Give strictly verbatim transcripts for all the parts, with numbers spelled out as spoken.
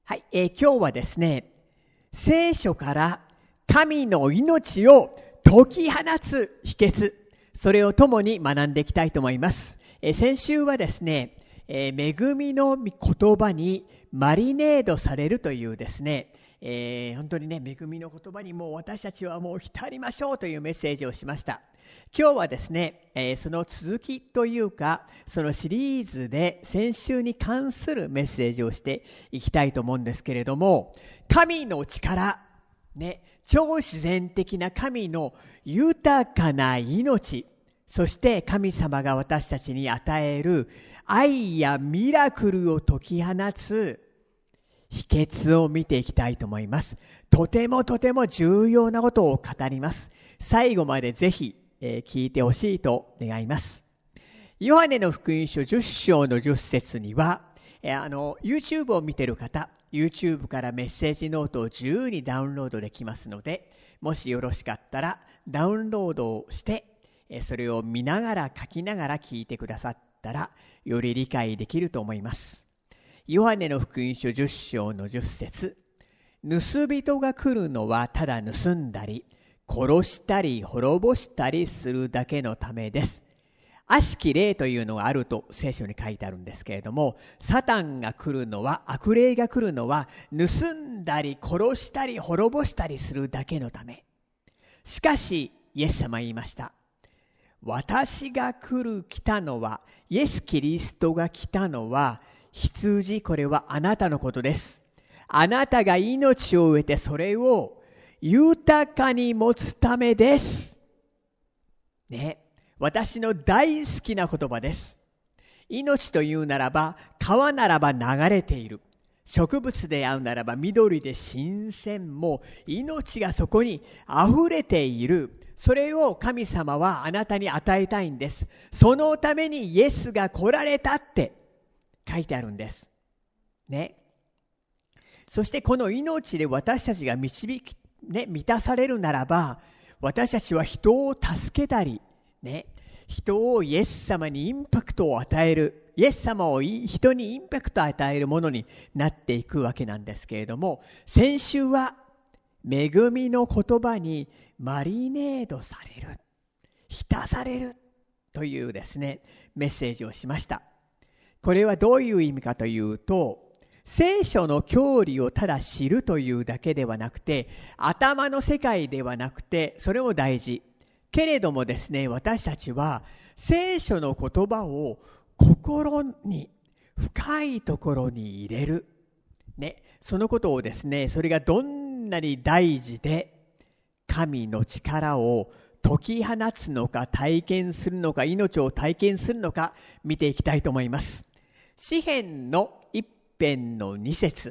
はい、えー、今日はですね、聖書から神の命を解き放つ秘訣、それを共に学んでいきたいと思います。えー、先週はですね、えー、恵みの言葉にマリネードされるというですね、えー、本当にね、恵みの言葉にもう私たちはもう浸りましょうというメッセージをしました。今日はですね、えー、その続きというか、そのシリーズで先週に関するメッセージをしていきたいと思うんですけれども、神の力、ね、超自然的な神の豊かな命、そして神様が私たちに与える愛やミラクルを解き放つ秘訣を見ていきたいと思います。とてもとても重要なことを語ります。最後までぜひ、えー、聞いてほしいと願います。ヨハネの福音書じゅっ章のじゅっ節には、えー、あの YouTube を見ている方、YouTube からメッセージノートを自由にダウンロードできますので、もしよろしかったらダウンロードをして、えー、それを見ながら書きながら聞いてくださったらより理解できると思います。ヨハネの福音書じゅっ章のじゅっ節、盗人が来るのはただ盗んだり殺したり滅ぼしたりするだけのためです。悪しき霊というのがあると聖書に書いてあるんですけれども、サタンが来るのは、悪霊が来るのは盗んだり殺したり滅ぼしたりするだけのため。しかしイエス様は言いました。私が来る来たのは、イエス・キリストが来たのは、羊、これはあなたのことです。あなたが命を得てそれを豊かに持つためです。ね、私の大好きな言葉です。命というならば、川ならば流れている。植物で会うならば緑で新鮮、も命がそこに溢れている。それを神様はあなたに与えたいんです。そのためにイエスが来られたって書いてあるんです。ね。そしてこの命で私たちが導き、ね、満たされるならば、私たちは人を助けたり、ね、人をイエス様にインパクトを与える、イエス様を人にインパクトを与えるものになっていくわけなんですけれども、先週は恵みの言葉にマリネードされる、浸されるというですね、メッセージをしました。これはどういう意味かというと、聖書の教理をただ知るというだけではなくて、頭の世界ではなくて、それも大事。けれどもですね、私たちは聖書の言葉を心に、深いところに入れる。ね、そのことをですね、それがどんなに大事で、神の力を解き放つのか、体験するのか、命を体験するのか、見ていきたいと思います。詩編の一編の二節。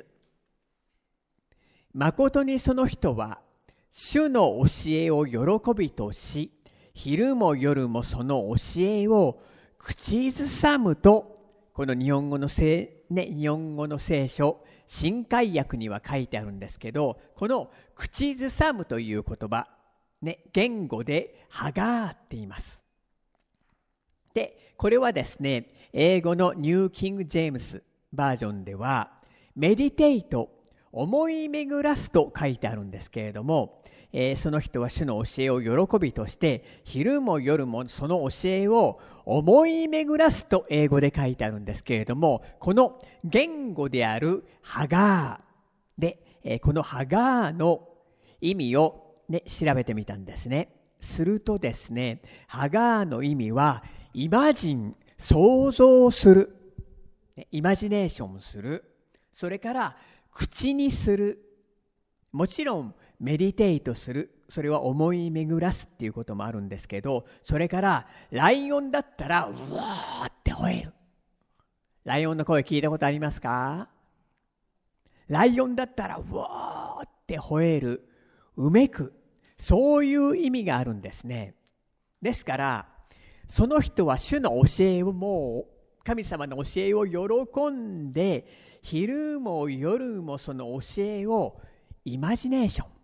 誠にその人は、主の教えを喜びとし、昼も夜もその教えを口ずさむと、この日本語の聖、ね、日本語の聖書、新海訳には書いてあるんですけど、この口ずさむという言葉、ね、言語でハガーって言います。で、これはですね、英語のニューキング・ジェームスバージョンでは、メディテイト、思い巡らすと書いてあるんですけれども、えー、その人は主の教えを喜びとして、昼も夜もその教えを思い巡らすと英語で書いてあるんですけれども、この言語であるハガーで、えー、このハガーの意味を、ね、調べてみたんですね。するとですね、ハガーの意味は、イマジン、想像する、イマジネーションする、それから口にする、もちろんメディテイトする、それは思い巡らすっていうこともあるんですけど、それからライオンだったらうわーって吠える。ライオンの声聞いたことありますか？ライオンだったらうわーって吠える、うめく、そういう意味があるんですね。ですからその人は主の教えを、もう神様の教えを喜んで、昼も夜もその教えをイマジネーション、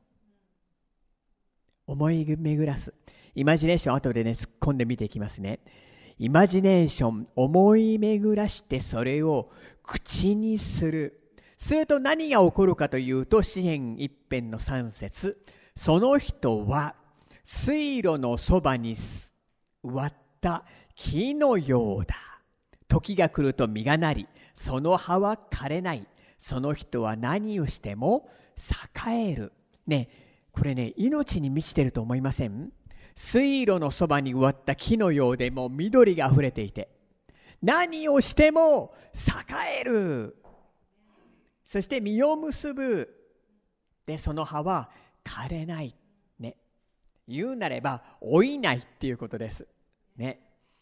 思い巡らす。イマジネーション、後でね、突っ込んで見ていきますね。イマジネーション、思い巡らしてそれを口にする。 すると何が起こるかというと、詩編一編の三節、その人は水路のそばに植わった木のようだ。時が来ると実がなり、その葉は枯れない。その人は何をしても栄える。ね、これね、命に満ちてると思いません？水路のそばに植わった木のようで、もう緑があふれていて、何をしても栄える。そして実を結ぶ。で、その葉は枯れない。ね。言うなれば、老いないっていうことです。ね。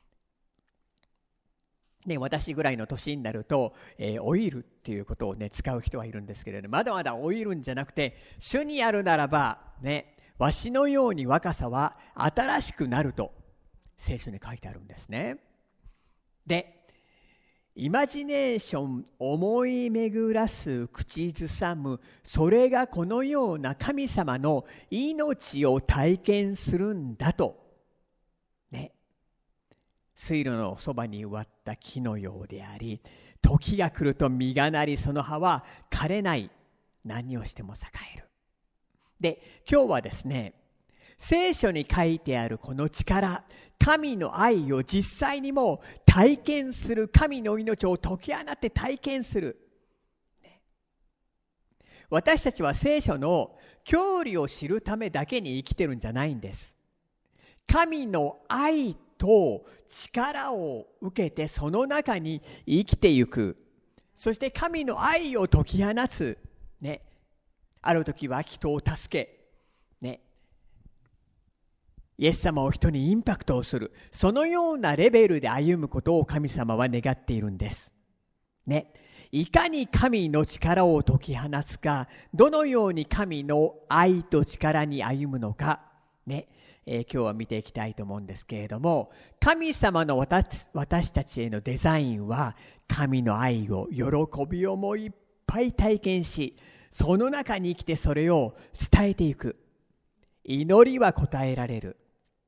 ね、私ぐらいの年になると、えー、老いるっていうことをね、使う人はいるんですけれど、まだまだ老いるんじゃなくて、主にあるならば、ね、わしのように若さは新しくなると、聖書に書いてあるんですね。で、イマジネーション、思い巡らす、口ずさむ、それがこのような神様の命を体験するんだと。ね。水路のそばに植わった木のようであり、時が来ると実がなり、その葉は枯れない。何をしても栄える。で、今日はですね、聖書に書いてあるこの力、神の愛を実際にも体験する、神の命を解き放って体験する。ね、私たちは聖書の教理を知るためだけに生きてるんじゃないんです。神の愛と力を受けてその中に生きていく。そして神の愛を解き放つ。ね。ある時は人を助け、ね。イエス様を人にインパクトをする。そのようなレベルで歩むことを神様は願っているんです。ね。いかに神の力を解き放つか、どのように神の愛と力に歩むのか、ね。えー、今日は見ていきたいと思うんですけれども、神様の 私, 私たちへのデザインは、神の愛を、喜びをもいっぱい体験し、その中に生きてそれを伝えていく。祈りは答えられる。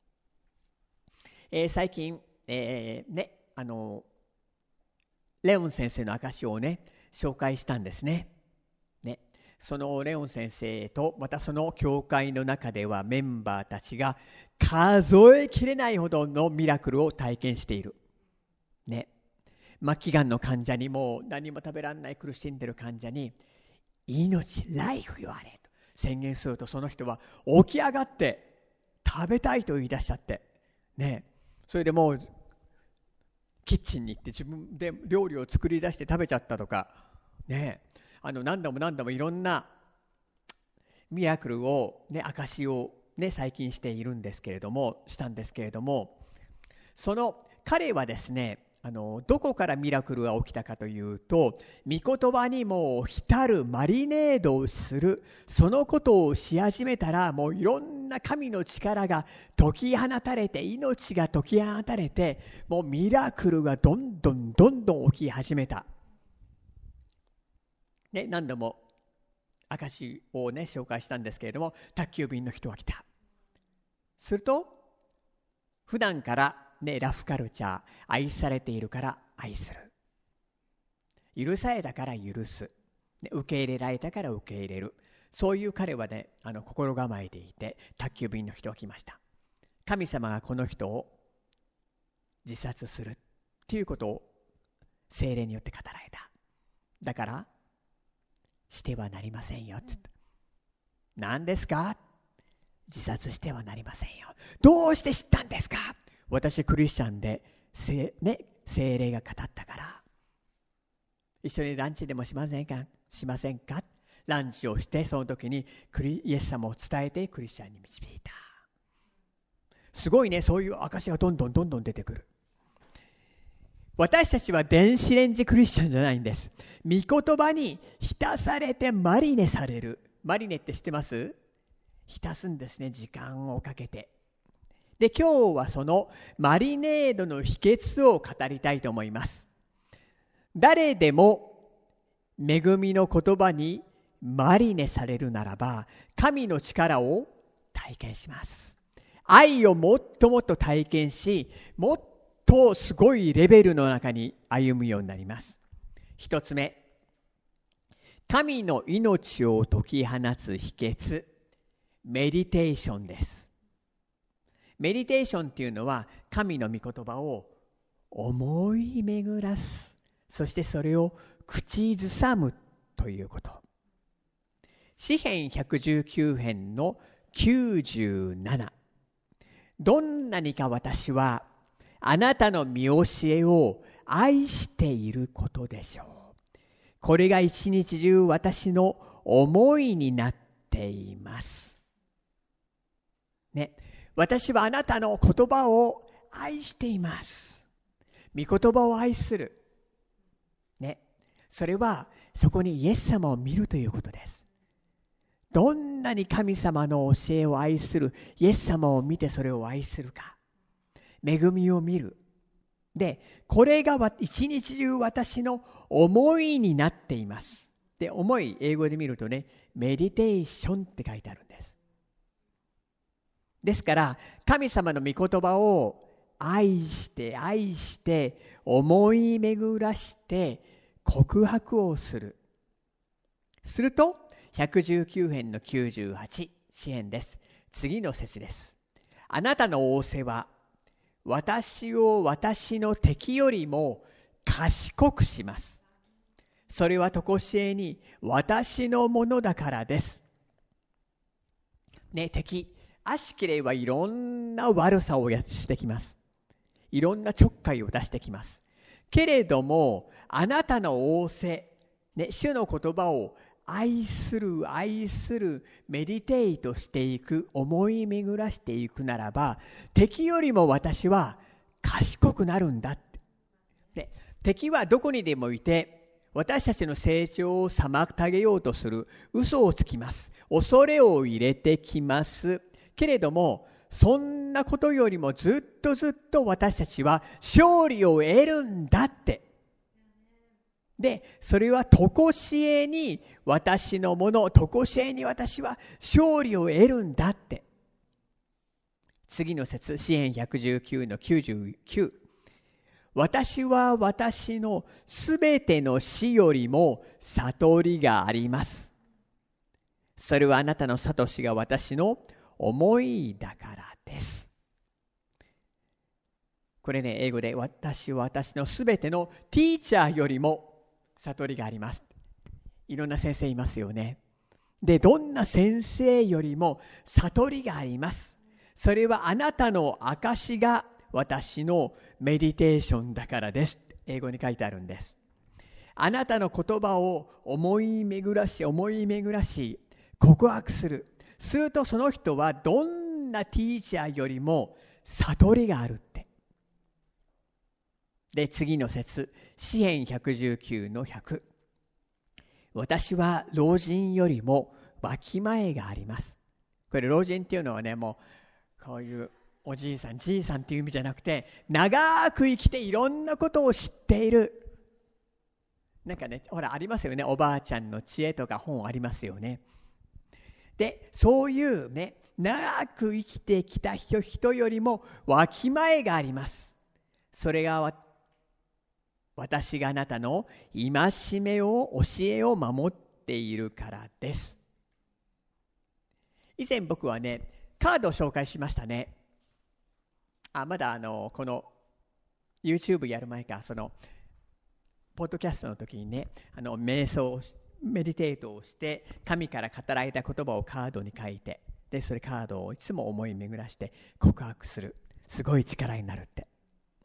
えー、最近、えー、ね、あのレオン先生の証をね、紹介したんですね。ね。そのレオン先生とまたその教会の中ではメンバーたちが数えきれないほどのミラクルを体験している。ね。末期がんの患者にも何も食べられない苦しんでいる患者に命、ライフよあれと宣言すると、その人は起き上がって食べたいと言い出しちゃって。ね。それでもうキッチンに行って自分で料理を作り出して食べちゃったとか。ね。あの何度も何度もいろんなミラクルをね、証をね、最近しているんですけれども、したんですけれども、その彼はですね、あのどこからミラクルが起きたかというと、御言葉にもう浸る、マリネードをする、そのことをし始めたら、もういろんな神の力が解き放たれて、命が解き放たれて、もうミラクルがどんどんどんどん起き始めた。ね、何度も証をね紹介したんですけれども、宅急便の人が来た。すると普段からね、ラフカルチャー、愛されているから愛する、許されたから許す、ね、受け入れられたから受け入れる、そういう彼はね、あの心構えていて、宅急便の人が来ました。神様がこの人を自殺するということを聖霊によって語られた。だからしてはなりませんよって言った。何ですか？自殺してはなりませんよ。どうして知ったんですか？私クリスチャンで、ね、聖霊が語ったから。一緒にランチでもしませんか？しませんか？ランチをして、その時にクリイエス様を伝えてクリスチャンに導いた。すごいね、そういう証がどんどんどんどん出てくる。私たちは電子レンジクリスチャンじゃないんです。御言葉に浸されてマリネされる。マリネって知ってます？浸すんですね、時間をかけて。で、今日はそのマリネードの秘訣を語りたいと思います。誰でも恵みの言葉にマリネされるならば、神の力を体験します。愛をもっともっと体験し、もっとすごいレベルの中に歩むようになります。一つ目、 神の命を解き放つ秘訣、メディテーションです。メディテーションっていうのは、神の御言葉を思い巡らす、そしてそれを口ずさむということ。詩編ひゃくじゅうきゅう編のきゅうじゅうなな。どんなにか私はあなたの見教えを愛していることでしょう。これが一日中私の思いになっています。ね、私はあなたの言葉を愛しています。御言葉を愛する。ね、それはそこにイエス様を見るということです。どんなに神様の教えを愛する、イエス様を見てそれを愛するか。恵みを見る。で、これが一日中私の思いになっています。で、思い、英語で見るとね、メディテーションって書いてあるんです。ですから、神様の御言葉を愛して愛して思い巡らして告白をする。すると、ひゃくじゅうきゅう編のきゅうじゅうはち、詩編です。次の節です。あなたの仰せは、私を私の敵よりも賢くします。それは常しえに私のものだからです。ね、敵、悪しければいろんな悪さをしてきます。いろんなちょっかいを出してきます。けれども、あなたの仰せ、ね、主の言葉を愛する愛するメディテイトしていく、思い巡らしていくならば、敵よりも私は賢くなるんだって。で、敵はどこにでもいて、私たちの成長を妨げようとする、嘘をつきます。恐れを入れてきます。けれども、そんなことよりもずっとずっと私たちは勝利を得るんだって。で、それは常しえに私のもの、常しえに私は勝利を得るんだって。次の節、詩編ひゃくじゅうきゅうのきゅうじゅうきゅう。私は私のすべての死よりも悟りがあります。それはあなたの悟しが私の思いだからです。これね、英語で私は私のすべてのティーチャーよりも悟りがあります。いろんな先生いますよね。で、どんな先生よりも悟りがあります。それはあなたの証が私のメディテーションだからです。英語に書いてあるんです。あなたの言葉を思い巡らし、思い巡らし、告白する。するとその人はどんなティーチャーよりも悟りがあるって。で、次の節、詩編ひゃくじゅうきゅうのひゃく。私は老人よりもわきまえがあります。これ老人っていうのはね、もうこういうおじいさん、じいさんっていう意味じゃなくて、長く生きていろんなことを知っている。なんかね、ほらありますよね。おばあちゃんの知恵とか本ありますよね。で、そういうね、長く生きてきた人、人よりもわきまえがあります。それが私があなたの戒めを、教えを守っているからです。以前僕はね、カードを紹介しましたね。あ、まだあの、この YouTube やる前か、その、ポッドキャストの時にね、あの、瞑想、メディテートをして、神から語られた言葉をカードに書いて、で、それカードをいつも思い巡らして告白する。すごい力になるって。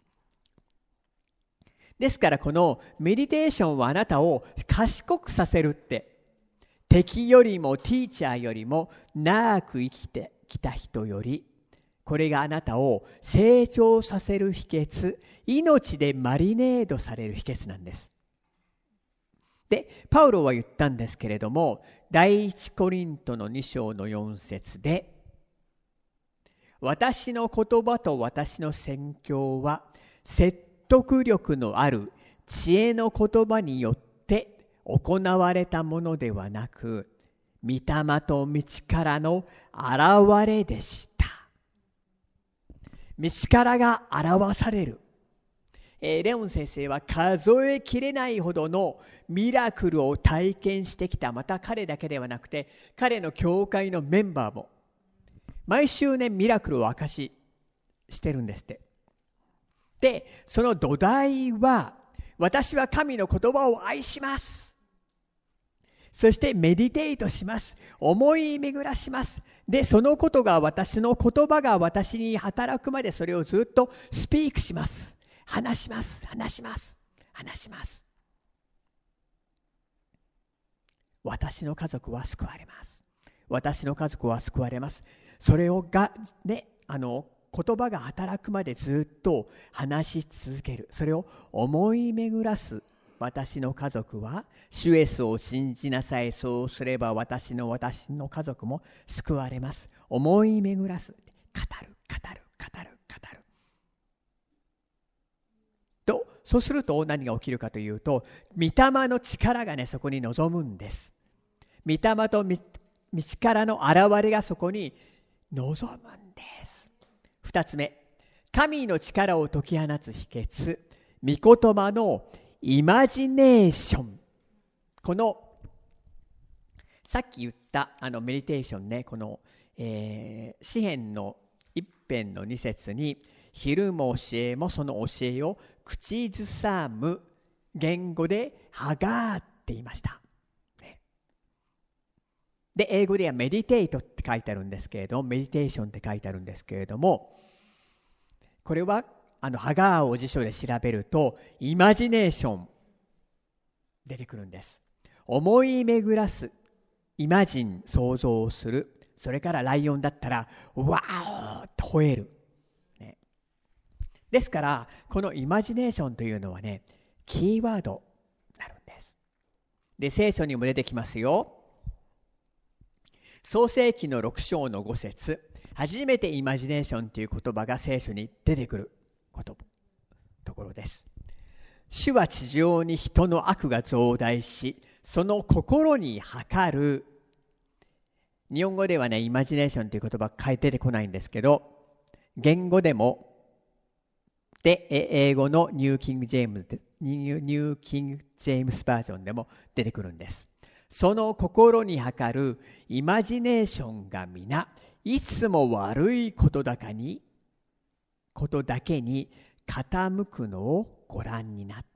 ですからこのメディテーションはあなたを賢くさせるって。敵よりもティーチャーよりも長く生きてきた人より、これがあなたを成長させる秘訣、命でマリネードされる秘訣なんです。で、パウロは言ったんですけれども、第一コリントのに章のよん節で、私の言葉と私の宣教は説得力のある知恵の言葉によって行われたものではなく、御霊と道からの現れでした。道からが表される。 えー、レオン先生は数えきれないほどのミラクルを体験してきた。また彼だけではなくて、彼の教会のメンバーも毎週ね、ミラクルを明かししてるんですって。で、その土台は、私は神の言葉を愛します。そしてメディテイトします。思い巡らします。で、そのことが私の言葉が私に働くまでそれをずっとスピークします。話します。話します。話します。私の家族は救われます。私の家族は救われます。それをが、ね、あの、言葉が働くまでずっと話し続ける。それを思い巡らす。私の家族は主イエスを信じなさい。そうすれば私の私の家族も救われます。思い巡らす。語る、語る、語る、語る。と、そうすると何が起きるかというと、御霊の力がね、そこに臨むんです。御霊と御力の現れがそこに臨むんです。二つ目、神の力を解き放つ秘訣、御言葉のイマジネーション。このさっき言ったあのメディテーションね、この、えー、詩編の一編の二節に、昼も教えもその教えを口ずさむ言語ではがーって言いました。で、英語ではメディテイトって書いてあるんですけれども、メディテーションって書いてあるんですけれども、これはあのハガーを辞書で調べるとイマジネーション出てくるんです。思い巡らす、イマジン、想像する。それからライオンだったらワーッと吠える、ね、ですからこのイマジネーションというのはね、キーワードになるんです。で、聖書にも出てきますよ。創世記のろく章のご節、初めてイマジネーションという言葉が聖書に出てくることところです。主は地上に人の悪が増大し、その心に計る。日本語ではね、イマジネーションという言葉変え出てこないんですけど、言語でもで英語のニューキング・ジェームズニューキング・ジェームスバージョンでも出てくるんです。その心に計るイマジネーションが皆いつも悪いことだけにことだけに傾くのをご覧になった。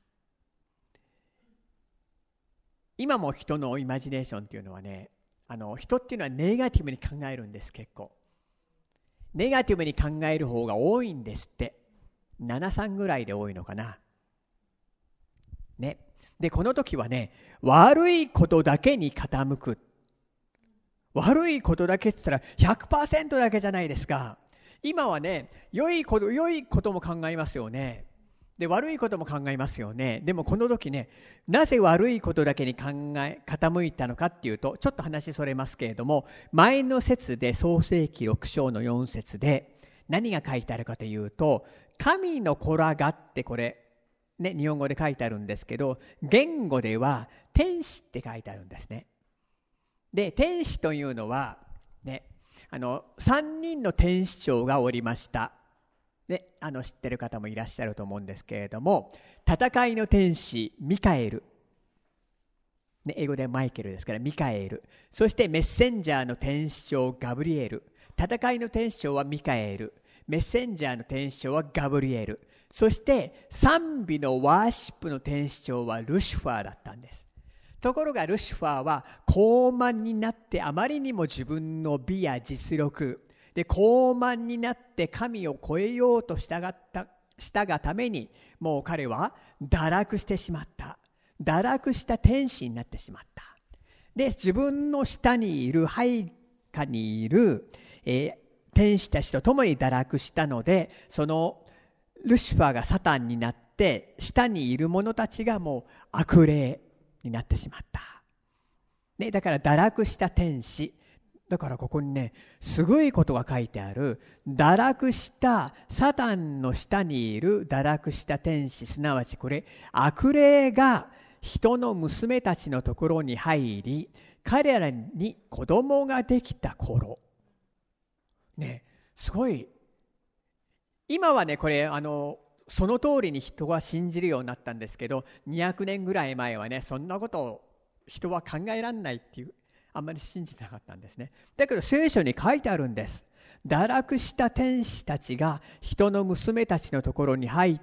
今も人のイマジネーションっていうのはね、あの人っていうのはネガティブに考えるんです。結構ネガティブに考える方が多いんですって。ななさんぐらいで多いのかなね。で、この時はね、悪いことだけに傾く。悪いことだけって言ったら ひゃくパーセント だけじゃないですか。今はね、良いこと、良いことも考えますよね。で、悪いことも考えますよね。でもこの時ね、なぜ悪いことだけに考え、傾いたのかっていうと、ちょっと話それますけれども、前の節で創世記ろく章のよん節で何が書いてあるかというと、神の子らがってこれ、ね、日本語で書いてあるんですけど、言語では天使って書いてあるんですね。で、天使というのは、ね、あのさんにんの天使長がおりました。ね、あの知ってる方もいらっしゃると思うんですけれども、戦いの天使ミカエル、ね、英語でマイケルですからミカエル、そしてメッセンジャーの天使長ガブリエル、戦いの天使長はミカエル、メッセンジャーの天使長はガブリエル、そして賛美のワーシップの天使長はルシファーだったんです。ところがルシファーは高慢になって、あまりにも自分の美や実力で高慢になって神を超えようとしたがったしたがために、もう彼は堕落してしまった。堕落した天使になってしまった。で、自分の下にいる配下にいる、えー、天使たちと共に堕落したので、そのルシファーがサタンになって、下にいる者たちがもう悪霊になってしまった、ね、だから堕落した天使だから、ここにね、すごいことが書いてある。堕落したサタンの下にいる堕落した天使、すなわちこれ悪霊が人の娘たちのところに入り、彼らに子供ができた頃ね、すごい。今はね、これあのその通りに人は信じるようになったんですけど、にひゃくねんぐらい前はね、そんなことを人は考えられないっていう、あんまり信じてなかったんですね。だけど聖書に書いてあるんです。堕落した天使たちが人の娘たちのところに入って、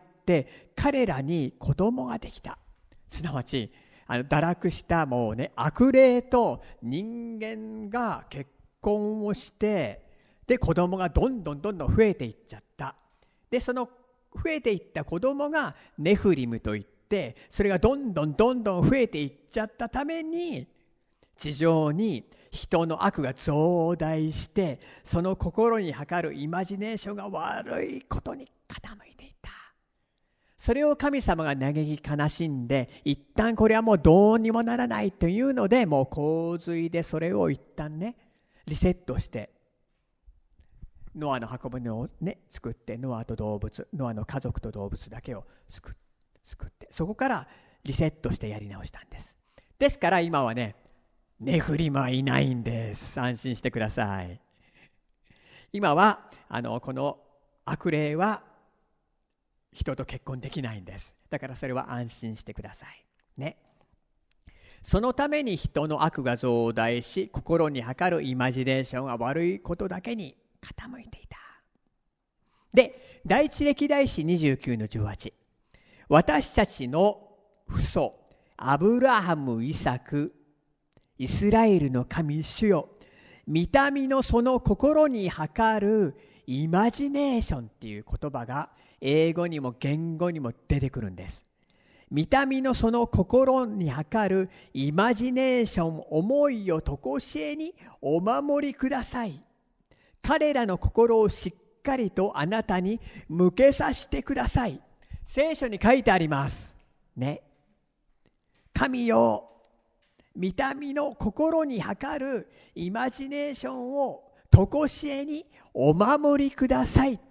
彼らに子供ができた。すなわちあの堕落したもうね、悪霊と人間が結婚をして、で子供がどんどんどんどん増えていっちゃった。でその増えていった子供がネフリムといって、それがどんどんどんどん増えていっちゃったために、地上に人の悪が増大して、その心に計るイマジネーションが悪いことに傾いていた。それを神様が嘆き悲しんで、一旦これはもうどうにもならないというので、もう洪水でそれを一旦ねリセットして、ノアの箱舟をね作って、ノアと動物、ノアの家族と動物だけを救って、そこからリセットしてやり直したんです。ですから今はね、ネフリムはいないんです。安心してください。今はあのこの悪霊は人と結婚できないんです。だからそれは安心してくださいね。そのために人の悪が増大し、心に計るイマジネーションが悪いことだけに傾いていた。で、第一歴代史にじゅうきゅうのじゅうはち、私たちの父祖アブラハム、イサク、イスラエルの神主よ、御民のその心に計るイマジネーションっていう言葉が英語にも言語にも出てくるんです。御民のその心に計るイマジネーション、思いを常しえにお守りください。彼らの心をしっかりとあなたに向けさせてください。聖書に書いてありますね。神よ、御民の心に計るイマジネーションを常しえにお守りくださいって。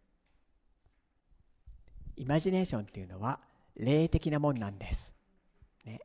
イマジネーションっていうのは霊的なもんなんです、ね、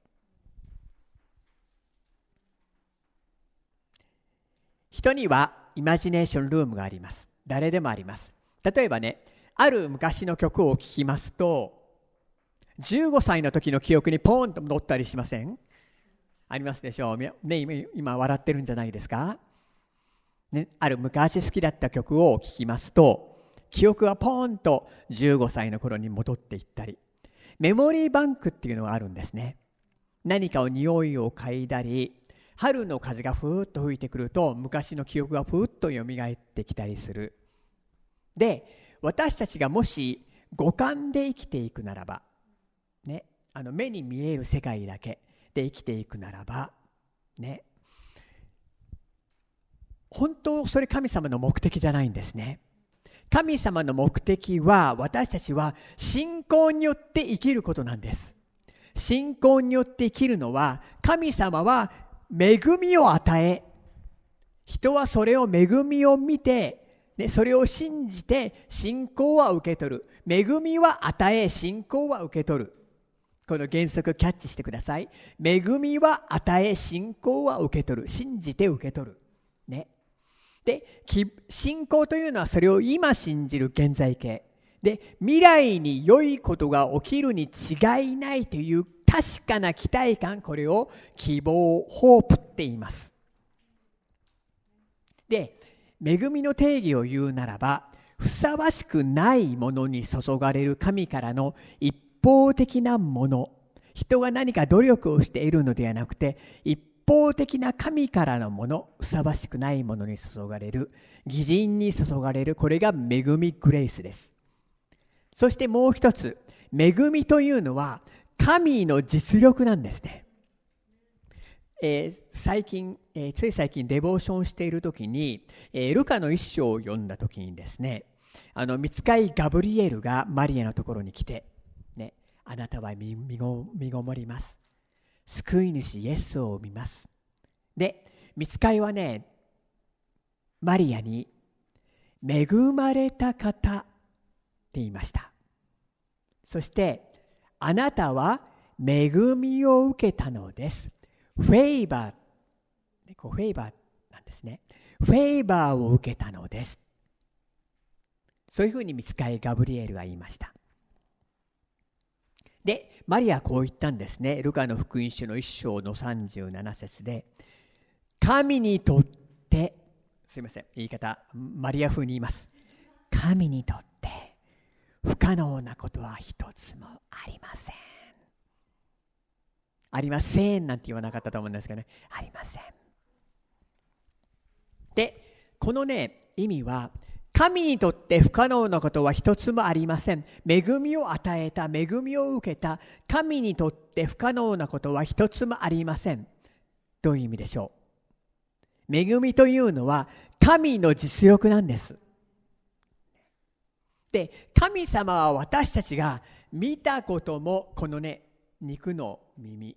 人にはイマジネーションルームがあります。誰でもあります。例えばね、ある昔の曲を聴きますと、じゅうごさいの時の記憶にポーンと戻ったりしません？ありますでしょう、ね、今笑ってるんじゃないですか、ね、ある昔好きだった曲を聴きますと、記憶がポーンとじゅうごさいの頃に戻っていったり、メモリーバンクっていうのがあるんですね。何かを匂いを嗅いだり、春の風がふーっと吹いてくると昔の記憶がふーっと蘇ってきたりする。で、私たちがもし五感で生きていくならば、ね、あの目に見える世界だけで生きていくならばね、本当それ神様の目的じゃないんですね。神様の目的は、私たちは信仰によって生きることなんです。信仰によって生きるのは、神様は恵みを与え、人はそれを恵みを見て、ね、それを信じて信仰は受け取る。恵みは与え、信仰は受け取る。この原則キャッチしてください。恵みは与え、信仰は受け取る。信じて受け取る。ね。で、信仰というのはそれを今信じる現在形。で、未来に良いことが起きるに違いないという確かな期待感、これを希望、ホープって言います。で、恵みの定義を言うならば、ふさわしくないものに注がれる神からの一方的なもの、人が何か努力をしているのではなくて、一方的な神からのもの、ふさわしくないものに注がれる、義人に注がれる、これが恵みグレイスです。そしてもう一つ、恵みというのは神の実力なんですね。えー、最近、えー、つい最近デボーションしているときに、えー、ルカの一章を読んだときにですね、あの御使いガブリエルがマリアのところに来て、ね、あなたは身ご、身ごもります。救い主イエスを産みます。で、御使いはね、マリアに恵まれた方って言いました。そして、あなたは恵みを受けたのです。フェイバー、フェイバーなんですね。フェイバーを受けたのです。そういうふうに御使いガブリエルは言いました。 で、マリアはこう言ったんですね。ルカの福音書のいっ章のさんじゅうなな節で、神にとって、すいません、言い方、マリア風に言います。神にとって不可能なことは一つもありません。ありませんなんて言わなかったと思うんですけどね。ありません。で、このね、意味は、神にとって不可能なことは一つもありません。恵みを与えた、恵みを受けた、神にとって不可能なことは一つもありません。どういう意味でしょう。恵みというのは神の実力なんです。で、神様は私たちが見たことも、このね、肉の耳、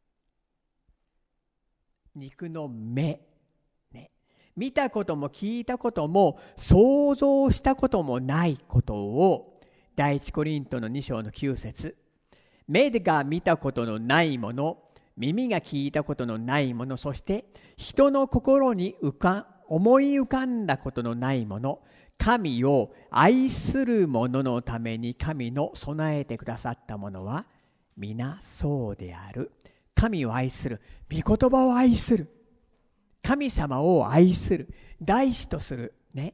肉の目、ね、見たことも聞いたことも想像したこともないことを、第一コリントのに章のきゅう節、目が見たことのないもの、耳が聞いたことのないもの、そして人の心に浮か思い浮かんだことのないもの、神を愛する者のために神の備えてくださったものは皆そうである。神を愛する、御言葉を愛する、神様を愛する、大師とするね。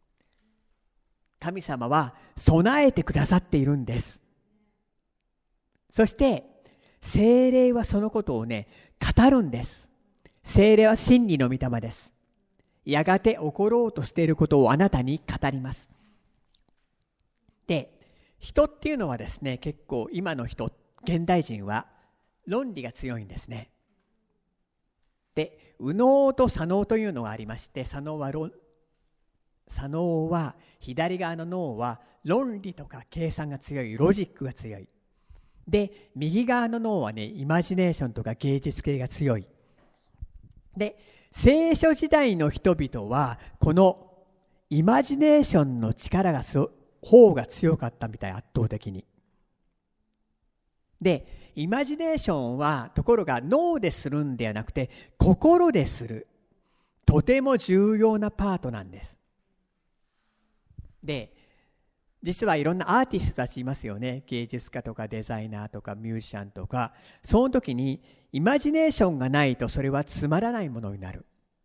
神様は備えてくださっているんです。そして聖霊はそのことをね、語るんです。聖霊は真理の御霊です。やがて起ころうとしていることをあなたに語ります。で、人っていうのはですね、結構今の人、現代人は論理が強いんですね。で、右脳と左脳というのがありまして、左脳は論、左脳は、左側の脳は論理とか計算が強い、ロジックが強い。で、右側の脳はね、イマジネーションとか芸術系が強い。で、聖書時代の人々はこのイマジネーションの力がそ方が強かったみたい、圧倒的に。で、イマジネーションはところが脳でするんではなくて心でする、とても重要なパートなんです。で、実はいろんなアーティストたちいますよね。芸術家とかデザイナーとかミュージシャンとか。その時にイマジネーションがないとそれはつまらないものになる。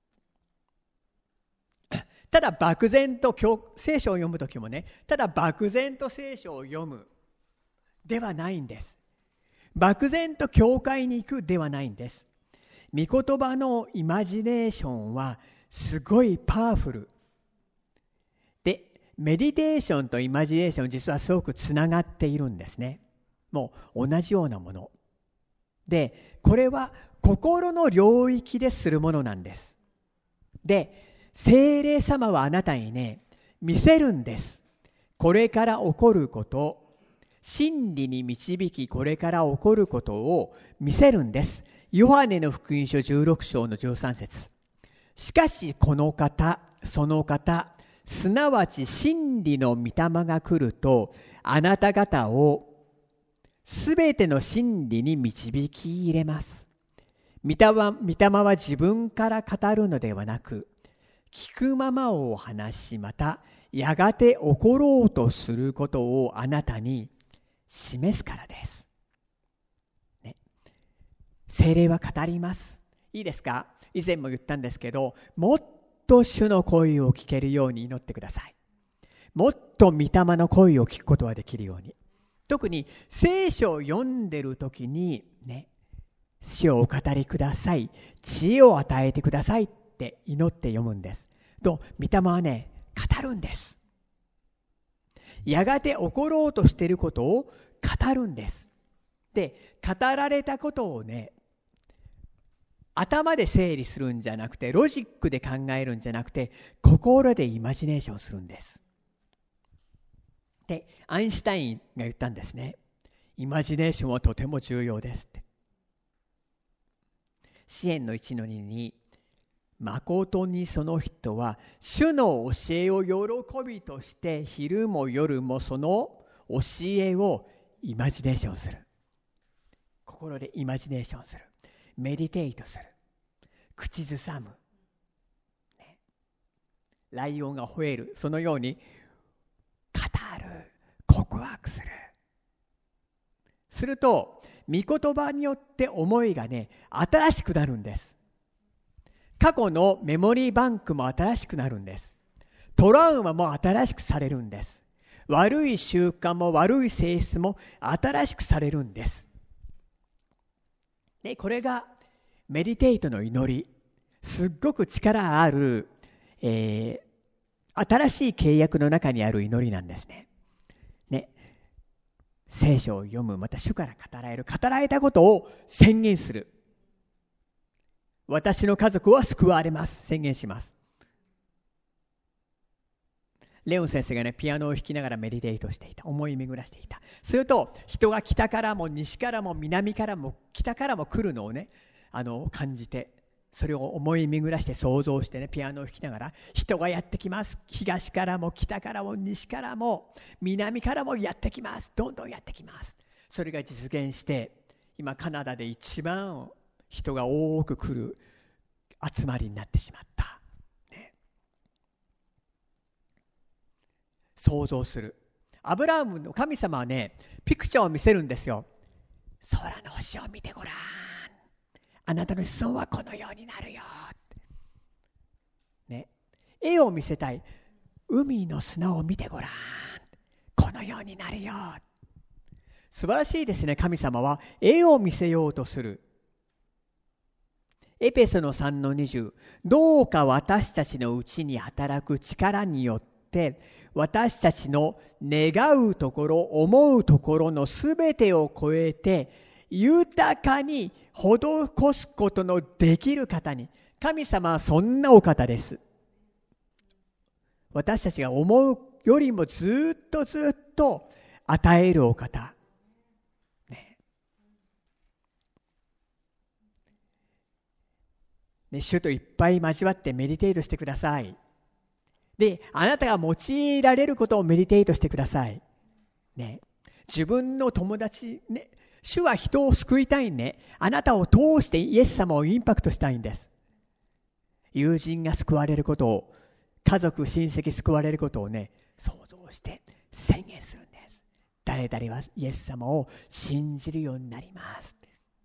ただ漠然と聖書を読む時もね、ただ漠然と聖書を読むではないんです。漠然と教会に行くではないんです。御言葉のイマジネーションはすごいパワフルで、メディテーションとイマジネーション実はすごくつながっているんですね。もう同じようなもので、これは心の領域でするものなんです。で、聖霊様はあなたにね、見せるんです。これから起こること、真理に導きこれから起こることを見せるんです。ヨハネの福音書じゅうろく章のじゅうさん節。しかしこの方、その方、すなわち真理の御霊が来ると、あなた方をすべての真理に導き入れます。御霊は、御霊は自分から語るのではなく、聞くままを話し、またやがて起ころうとすることをあなたに示すからです、ね、聖霊は語ります。いいですか。以前も言ったんですけど、もっと主の声を聞けるように祈ってください。もっと御霊の声を聞くことができるように。特に聖書を読んでる時にね、主をお語りください、知恵を与えてくださいって祈って読むんです。と御霊はね、語るんです。やがて起ころうとしていることを語るんです。で、語られたことをね、頭で整理するんじゃなくて、ロジックで考えるんじゃなくて、心でイマジネーションするんです。で、アインシュタインが言ったんですね。イマジネーションはとても重要ですって。詩編のいちのにに、誠にその人は主の教えを喜びとして昼も夜もその教えをイマジネーションする。心でイマジネーションする。メディテイトする。口ずさむ、ね、ライオンが吠える、そのように語る、告白する。 すると、御言葉によって思いがね、新しくなるんです。過去のメモリーバンクも新しくなるんです。トラウマも新しくされるんです。悪い習慣も悪い性質も新しくされるんです。で、これがメディテイトの祈り。すっごく力ある、えー、新しい契約の中にある祈りなんですね。ね。聖書を読む、また主から語られる、語られたことを宣言する。私の家族は救われます。宣言します。レオン先生がね、ピアノを弾きながらメディテイトしていた。思い巡らしていた。すると、人が北からも西からも南からも北からも来るのをね、あの、感じて、それを思い巡らして想像してね、ピアノを弾きながら、人がやってきます。東からも北からも西からも南からもやってきます。どんどんやってきます。それが実現して、今カナダで一番人が多く来る集まりになってしまった。ね、想像する。アブラハムの神様はね、ピクチャーを見せるんですよ。空の星を見てごらん。あなたの子孫はこのようになるよ。ね、絵を見せたい。海の砂を見てごらん。このようになるよ。素晴らしいですね。神様は絵を見せようとする。エペソのさんのにじゅう、どうか私たちのうちに働く力によって私たちの願うところ、思うところのすべてを超えて豊かに施すことのできる方に。神様はそんなお方です。私たちが思うよりもずっとずっと与えるお方。ね。ね、主といっぱい交わってメディテイトしてください。で、あなたが用いられることをメディテイトしてください。ね。自分の友達、ね。主は人を救いたいね。あなたを通してイエス様をインパクトしたいんです。友人が救われることを、家族、親戚救われることをね、想像して宣言するんです。誰々はイエス様を信じるようになります。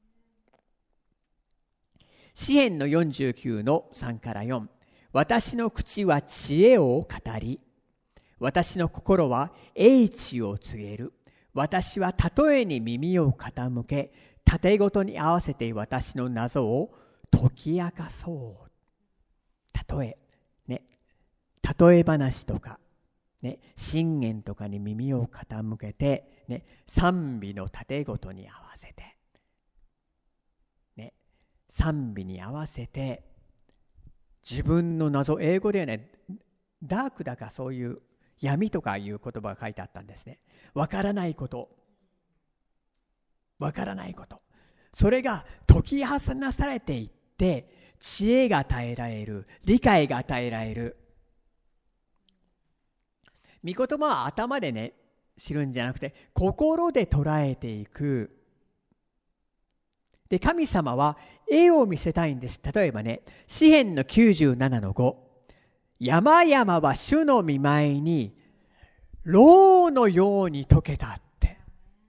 詩編のよんじゅうきゅうのさんからよん。私の口は知恵を語り、私の心は英知を告げる。私は例えに耳を傾け、例えごとに合わせて私の謎を解き明かそう。例え、ね、例え話とか、ね、箴言とかに耳を傾けて、ね、賛美の例えごとに合わせて、ね、賛美に合わせて、自分の謎、英語ではね、ダークだかそういう闇とかいう言葉が書いてあったんですね。わからないこと。わからないこと。それが解き放されていって、知恵が与えられる。理解が与えられる。御言葉は頭でね、知るんじゃなくて、心で捉えていく。で、神様は絵を見せたいんです。例えばね、詩編のきゅうじゅうななのご。山々は主の御前に蝋のように溶けたって。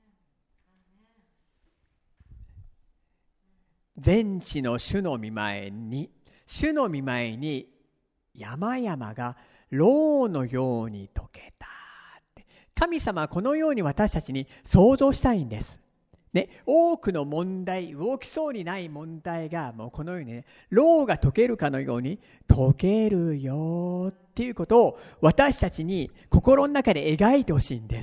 全地の主の御前に、主の御前に山々が蝋のように溶けたって。神様はこのように私たちに想像したいんです。ね、多くの問題、動きそうにない問題がもうこのようにね、蝋が溶けるかのように溶けるよっていうことを私たちに心の中で描いてほしいんです。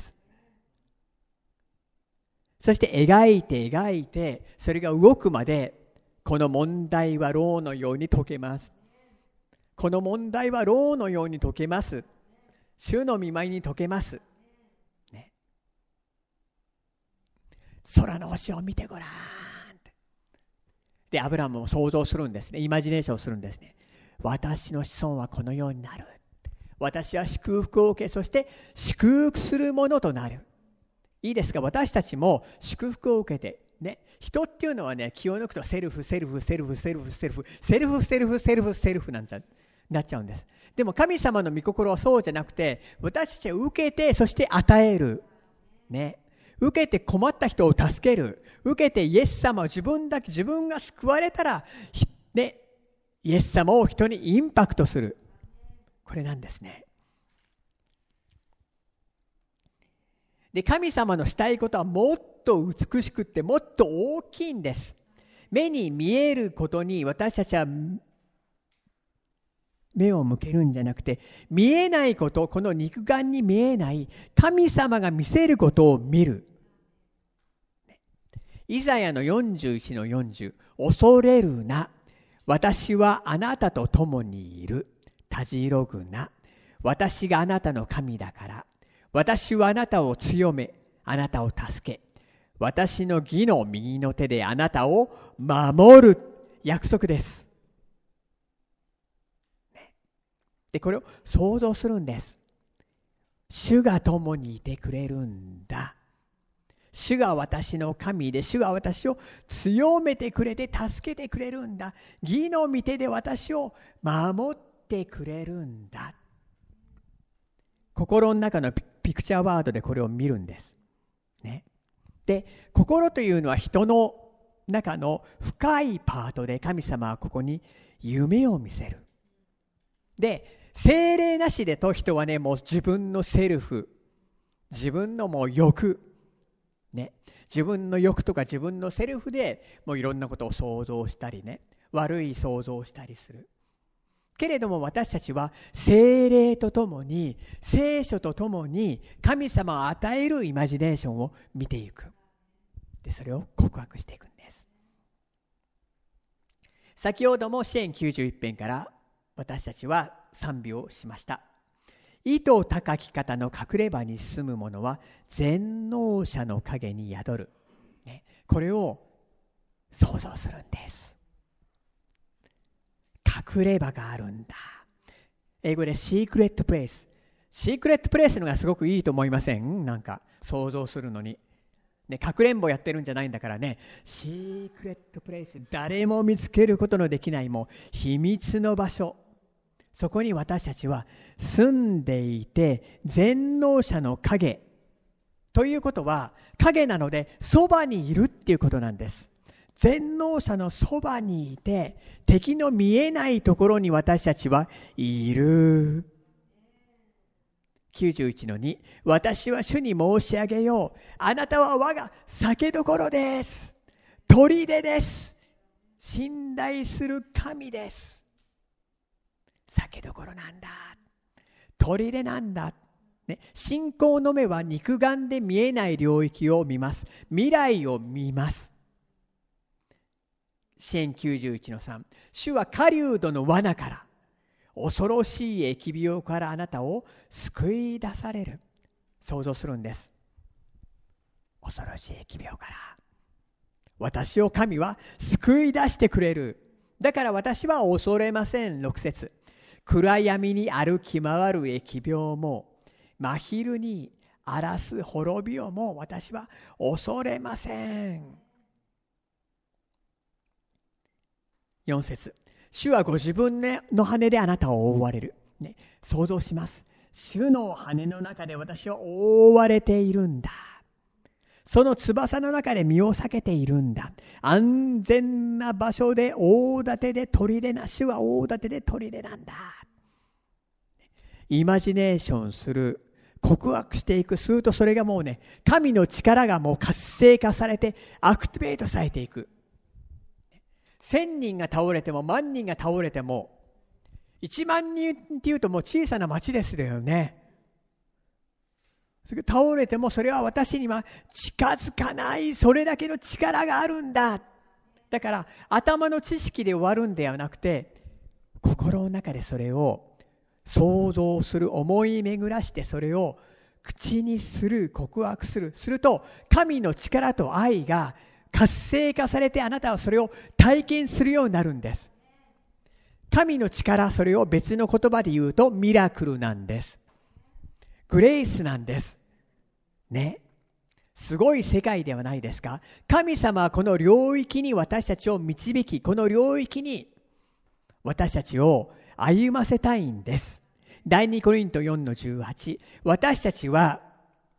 そして描いて描いて、それが動くまで、この問題は蝋のように溶けます。この問題は蝋のように溶けます。主の御前に溶けます。空の星を見てごらん。で、アブラムも想像するんですね。イマジネーションするんですね。私の子孫はこのようになる。私は祝福を受け、そして祝福するものとなる。いいですか？私たちも祝福を受けて、ね、人っていうのはね、気を抜くとセルフ、セルフ、セルフ、セルフ、セルフ、セルフ、セルフ、セルフ、セルフなんちゃなっちゃうんです。でも神様の御心はそうじゃなくて、私たちは受けて、そして与える。ね。 受けて困った人を助ける。受けてイエス様を自分だけ、自分が救われたら、ね、イエス様を人にインパクトする。これなんですね。で、神様のしたいことはもっと美しくってもっと大きいんです。目に見えることに私たちは目を向けるんじゃなくて、見えないこと、この肉眼に見えない神様が見せることを見る。イザヤのよんじゅういちのよんじゅう、恐れるな、私はあなたと共にいる、たじろぐな、私があなたの神だから、私はあなたを強め、あなたを助け、私の義の右の手であなたを守る約束です。で、これを想像するんです。主が共にいてくれるんだ。主が私の神で、主が私を強めてくれて助けてくれるんだ。義の御手で私を守ってくれるんだ。心の中のピクチャーワードでこれを見るんです。ね。で、心というのは人の中の深いパートで、神様はここに夢を見せる。で、聖霊なしでと人はね、もう自分のセルフ、自分のもう欲、ね、自分の欲とか自分のセルフでもういろんなことを想像したりね、悪い想像をしたりする。けれども私たちは聖霊とともに、聖書とともに神様を与えるイマジネーションを見ていく。で、それを告白していくんです。先ほども詩編きゅうじゅういち編から私たちは賛美をしました。意図高き方の隠れ場に住む者は全能者の影に宿る、ね、これを想像するんです。隠れ場があるんだ。英語でシークレットプレイス。シークレットプレイスのがすごくいいと思いません？なんか想像するのに。ね、かくれんぼやってるんじゃないんだからね。シークレットプレイス。誰も見つけることのできないもう秘密の場所。そこに私たちは住んでいて、全能者の影。ということは、影なのでそばにいるっていうことなんです。全能者のそばにいて、敵の見えないところに私たちはいる。きゅうじゅういちのに、私は主に申し上げよう。あなたは我が酒どころです。砦です。信頼する神です。酒どころなんだ。砦なんだ。ね、信仰の目は肉眼で見えない領域を見ます。未来を見ます。詩編きゅうじゅういちのさん、主は狩人の罠から、恐ろしい疫病からあなたを救い出される。想像するんです。恐ろしい疫病から私を神は救い出してくれる。だから私は恐れません。ろく節、暗闇に歩き回る疫病も真昼に荒らす滅びをも私は恐れません。よん節、主はご自分の羽であなたを覆われる、ね、想像します。主の羽の中で私は覆われているんだ。その翼の中で身を避けているんだ。安全な場所で大盾で砦な、主は大盾で砦なんだ。イマジネーションする、告白していく、するとそれがもうね、神の力がもう活性化されてアクティベートされていく。千人が倒れても万人が倒れても、一万人っていうともう小さな町ですよね。倒れてもそれは私には近づかない、それだけの力があるんだ。だから頭の知識で終わるんではなくて、心の中でそれを想像する、思い巡らしてそれを口にする、告白する。すると神の力と愛が活性化されて、あなたはそれを体験するようになるんです。神の力、それを別の言葉で言うとミラクルなんです。グレイスなんですね。すごい世界ではないですか。神様はこの領域に私たちを導き、この領域に私たちを歩ませたいんです。第二コリントよんのじゅうはち、私たちは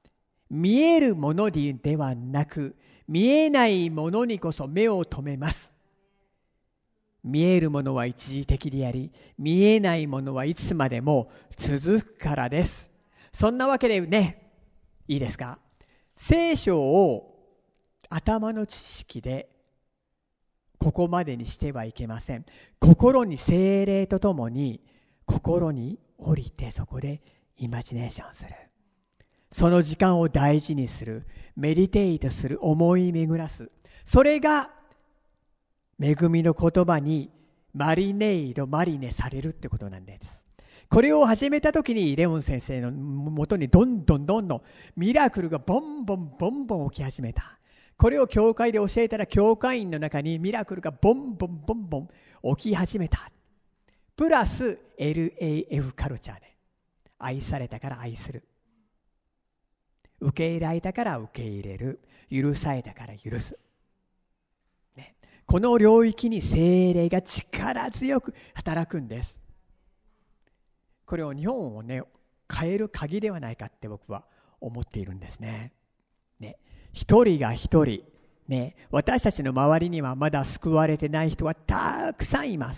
見えるものではなく、見えないものにこそ目を留めます。見えるものは一時的であり、見えないものはいつまでも続くからです。そんなわけでね、いいですか？聖書を頭の知識でここまでにしてはいけません。心に聖霊とともに心に降りて、そこでイマジネーションする。その時間を大事にする。メディテイトする。思い巡らす。それが恵みの言葉にマリネイド、マリネされるってことなんです。これを始めた時にレオン先生のもとにどんどんどんどんミラクルがボンボンボンボン起き始めた。これを教会で教えたら、教会員の中にミラクルがボンボンボンボン起き始めた。プラス エルエーエフ カルチャーで、愛されたから愛する、受け入れられたから受け入れる、許されたから許す、ね、この領域に聖霊が力強く働くんです。これを日本をね変える鍵ではないかって僕は思っているんですね。ね、一人が一人、ね、私たちの周りにはまだ救われてない人はたくさんいます。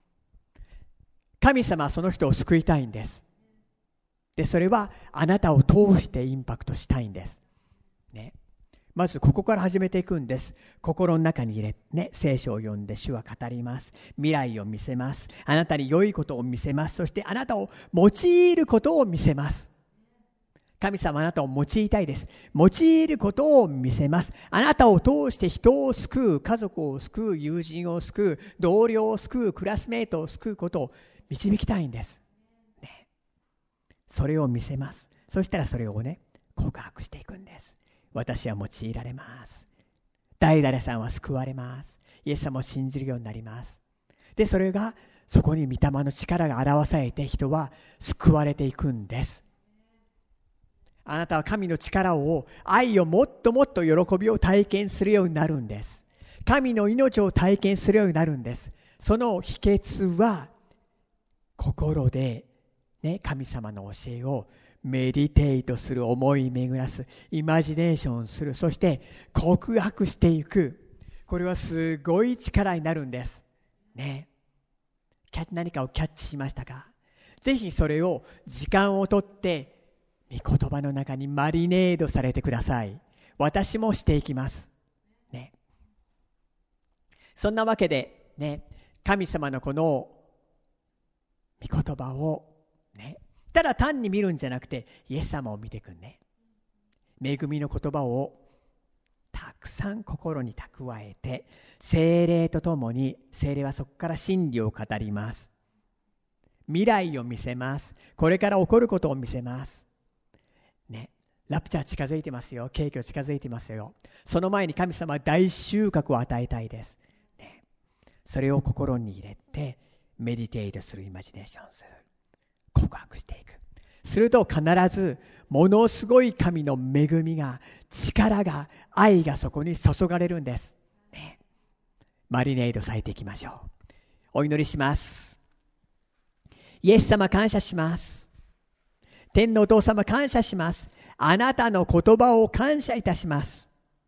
神様はその人を救いたいんです。で、それはあなたを通してインパクトしたいんです。ね、まずここから始めていくんです。心の中に入れて、ね、聖書を読んで主は語ります。未来を見せます。あなたに良いことを見せます。そしてあなたを用いることを見せます。神様あなたを用いたいです。用いることを見せます。あなたを通して人を救う、家族を救う、友人を救う、同僚を救う、クラスメートを救うことを導きたいんです。ね、それを見せます。そしたらそれをね、告白していくんです。私は用いられます。誰々さんは救われます。イエス様を信じるようになります。で、それがそこに御霊の力が表されて、人は救われていくんです。あなたは神の力を、愛をもっともっと喜びを体験するようになるんです。神の命を体験するようになるんです。その秘訣は心で、ね、神様の教えをメディテイトする、思い巡らす、イマジネーションする、そして告白していく。これはすごい力になるんです。ね、何かをキャッチしましたか？ぜひそれを時間をとって御言葉の中にマリネードされてください。私もしていきます。ね、そんなわけで、ね、神様のこの御言葉を、ね、ただ単に見るんじゃなくて、イエス様を見ていくね。恵みの言葉をたくさん心に蓄えて、聖霊とともに、聖霊はそこから真理を語ります。未来を見せます。これから起こることを見せます。ね、ラプチャー近づいてますよ。景挙近づいてますよ。その前に神様は大収穫を与えたいです。ね、それを心に入れて、メディテイトする、イマジネーションする。告白していく。すると必ずものすごい神の恵みが、力が、愛がそこに注がれるんです。ね、マリネードされていきましょう。お祈りします。イエス様感謝します。天のお父様感謝します。あなたの言葉を感謝いたします。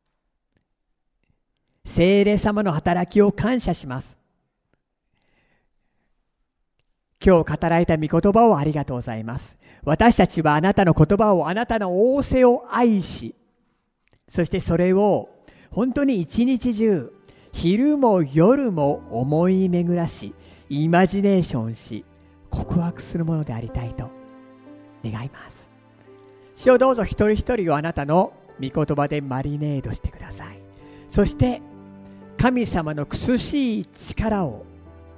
聖霊様の働きを感謝します。今日語られた御言葉をありがとうございます。私たちはあなたの言葉を、あなたの仰せを愛し、そしてそれを本当に一日中、昼も夜も思い巡らし、イマジネーションし、告白するものでありたいと願います。主をどうぞ一人一人をあなたの御言葉でマリネードしてください。そして神様の苦しい力を、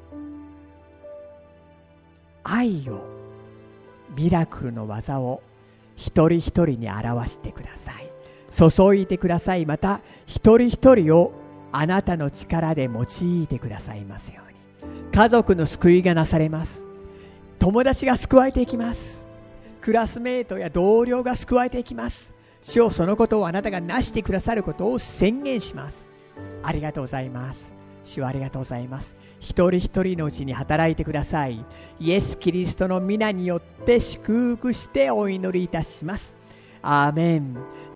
愛を、ミラクルの技を一人一人に表してください。注いでください。また一人一人をあなたの力で用いてくださいますように。家族の救いがなされます。友達が救われていきます。クラスメートや同僚が救われていきます。主よ、そのことをあなたがなしてくださることを宣言します。ありがとうございます。主はありがとうございます。一人一人のうちに働いてください。イエス・キリストの皆によって祝福してお祈りいたします。 アーメン。